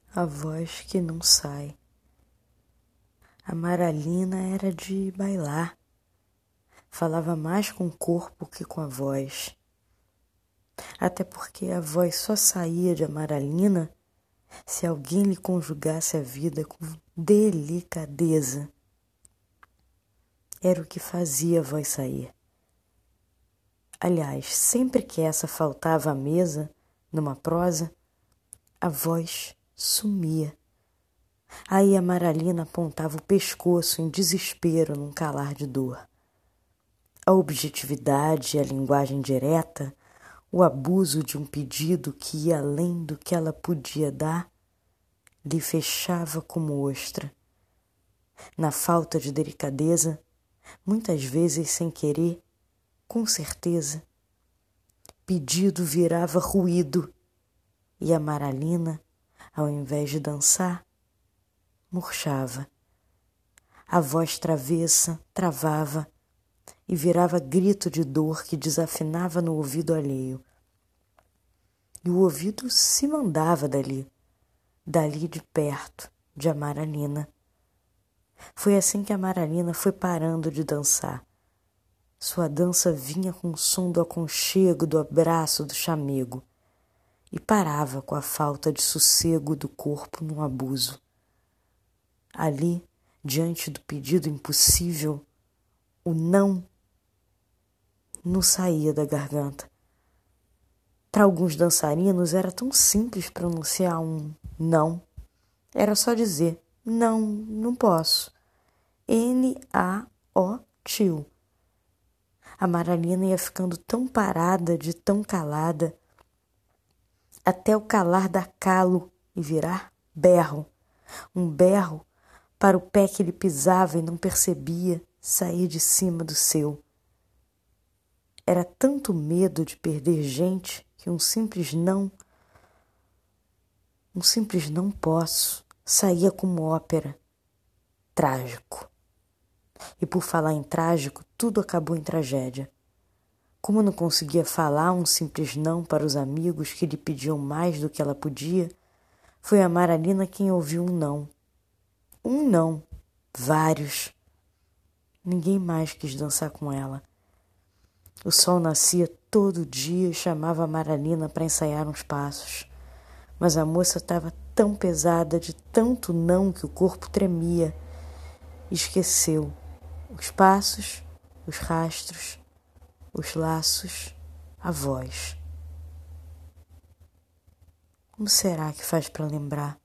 A voz que não sai. A Maralina era de bailar. Falava mais com o corpo que com a voz. Até porque a voz só saía de Amaralina se alguém lhe conjugasse a vida com delicadeza. Era o que fazia a voz sair. Aliás, sempre que essa faltava à mesa, numa prosa, a voz sumia. Aí a Maralina apontava o pescoço em desespero num calar de dor. A objetividade e a linguagem direta, o abuso de um pedido que ia além do que ela podia dar, lhe fechava como ostra. Na falta de delicadeza, muitas vezes sem querer, com certeza, pedido virava ruído e a Maralina, ao invés de dançar, murchava. A voz travessa travava e virava grito de dor que desafinava no ouvido alheio. E o ouvido se mandava dali de perto, de Amaralina. Foi assim que a Maralina foi parando de dançar. Sua dança vinha com o som do aconchego, do abraço, do chamego, e parava com a falta de sossego do corpo num abuso. Ali, diante do pedido impossível, o não saía da garganta. Para alguns dançarinos era tão simples pronunciar um não. Era só dizer, não posso. N-A-O-Tio. A Maralina ia ficando tão parada, de tão calada, até o calar dar calo e virar berro. Um berro para o pé que ele pisava e não percebia sair de cima do seu. Era tanto medo de perder gente que um simples não posso, saía como ópera. Trágico. E por falar em trágico, tudo acabou em tragédia. Como não conseguia falar um simples não para os amigos que lhe pediam mais do que ela podia, foi a Maralina quem ouviu um não. Um não. Vários. Ninguém mais quis dançar com ela. O sol nascia todo dia e chamava a Maralina para ensaiar uns passos. Mas a moça estava tão pesada de tanto não que o corpo tremia. Esqueceu os passos, os rastros, os laços, a voz. Como será que faz para lembrar?